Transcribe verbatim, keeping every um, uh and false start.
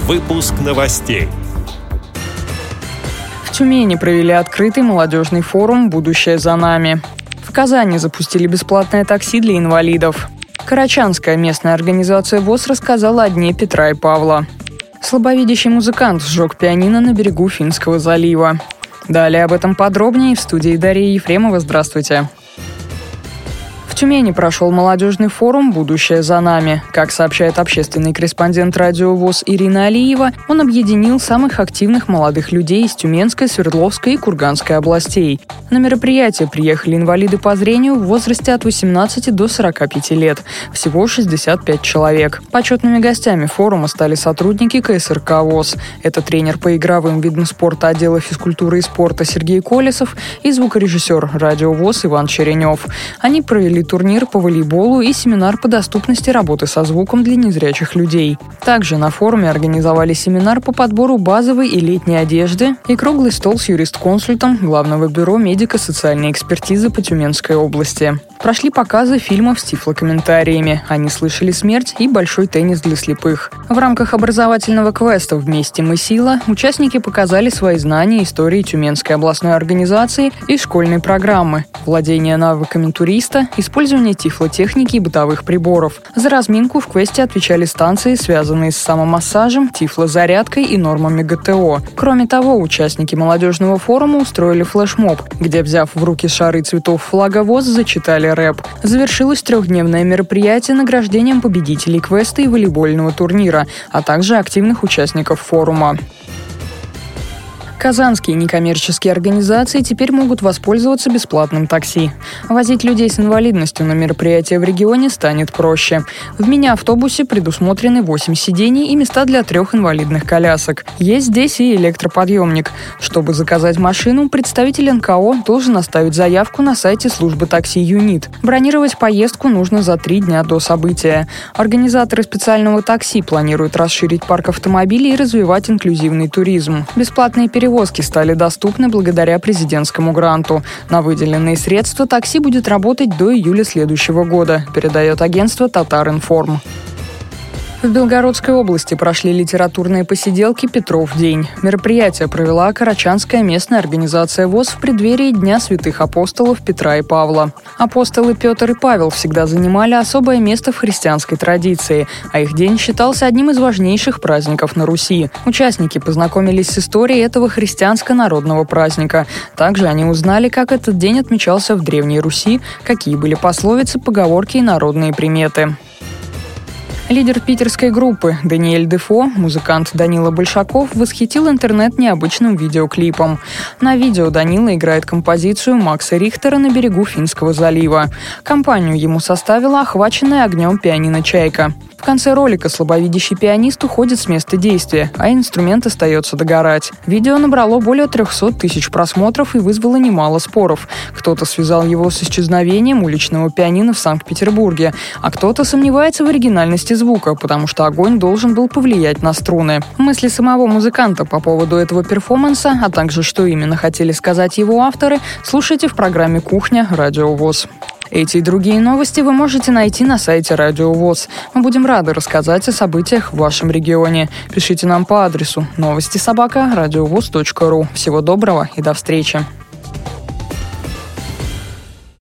Выпуск новостей. В Тюмени провели открытый молодежный форум «Будущее за нами». В Казани запустили бесплатное такси для инвалидов. Карачанская местная организация ВОС рассказала о дне Петра и Павла. Слабовидящий музыкант сжег пианино на берегу Финского залива. Далее об этом подробнее в студии Дарья Ефремова. Здравствуйте. В Тюмени прошел молодежный форум «Будущее за нами». Как сообщает общественный корреспондент радио ВОС Ирина Алиева, он объединил самых активных молодых людей из Тюменской, Свердловской и Курганской областей. На мероприятие приехали инвалиды по зрению в возрасте от восемнадцати до сорока пяти лет. Всего шестьдесят пять человек. Почетными гостями форума стали сотрудники ка эс эр ка ВОС. Это тренер по игровым видам спорта отдела физкультуры и спорта Сергей Колесов и звукорежиссер радио ВОС Иван Черенев. Они провели турнир по волейболу и семинар по доступности работы со звуком для незрячих людей. Также на форуме организовали семинар по подбору базовой и летней одежды и круглый стол с юрист-консультом Главного бюро медико-социальной экспертизы по Тюменской области. Прошли показы фильмов с тифлокомментариями «Они слышали смерть» и «Большой теннис для слепых». В рамках образовательного квеста «Вместе мы сила» участники показали свои знания истории Тюменской областной организации и школьной программы, владение навыками туриста, использование тифлотехники и бытовых приборов. За разминку в квесте отвечали станции, связанные с самомассажем, тифлозарядкой и нормами гэ тэ о. Кроме того, участники молодежного форума устроили флешмоб, где, взяв в руки шары цветов флага ВОС, зачитали рэп. Завершилось трехдневное мероприятие награждением победителей квеста и волейбольного турнира, а также активных участников форума. Казанские некоммерческие организации теперь могут воспользоваться бесплатным такси. Возить людей с инвалидностью на мероприятия в регионе станет проще. В мини-автобусе предусмотрены восемь сидений и места для трех инвалидных колясок. Есть здесь и электроподъемник. Чтобы заказать машину, представитель эн ка о должен оставить заявку на сайте службы такси «Юнит». Бронировать поездку нужно за три дня до события. Организаторы специального такси планируют расширить парк автомобилей и развивать инклюзивный туризм. Бесплатные перевозки Перевозки стали доступны благодаря президентскому гранту. На выделенные средства такси будет работать до июля следующего года, передает агентство «Татаринформ». В Белгородской области прошли литературные посиделки «Петров день». Мероприятие провела Карачанская местная организация ВОС в преддверии Дня святых апостолов Петра и Павла. Апостолы Петр и Павел всегда занимали особое место в христианской традиции, а их день считался одним из важнейших праздников на Руси. Участники познакомились с историей этого христианско-народного праздника. Также они узнали, как этот день отмечался в Древней Руси, какие были пословицы, поговорки и народные приметы. Лидер питерской группы Даниэль Дефо, музыкант Данила Большаков, восхитил интернет необычным видеоклипом. На видео Данила играет композицию Макса Рихтера «На берегу Финского залива». Компанию ему составила охваченная огнем пианино «Чайка». В конце ролика слабовидящий пианист уходит с места действия, а инструмент остается догорать. Видео набрало более трехсот тысяч просмотров и вызвало немало споров. Кто-то связал его с исчезновением уличного пианино в Санкт-Петербурге, а кто-то сомневается в оригинальности звука, потому что огонь должен был повлиять на струны. Мысли самого музыканта по поводу этого перформанса, а также что именно хотели сказать его авторы, слушайте в программе «Кухня» радио ВОС. Эти и другие новости вы можете найти на сайте Радио ВОС. Мы будем рады рассказать о событиях в вашем регионе. Пишите нам по адресу новости собака радиовос точка ру. Всего доброго и до встречи.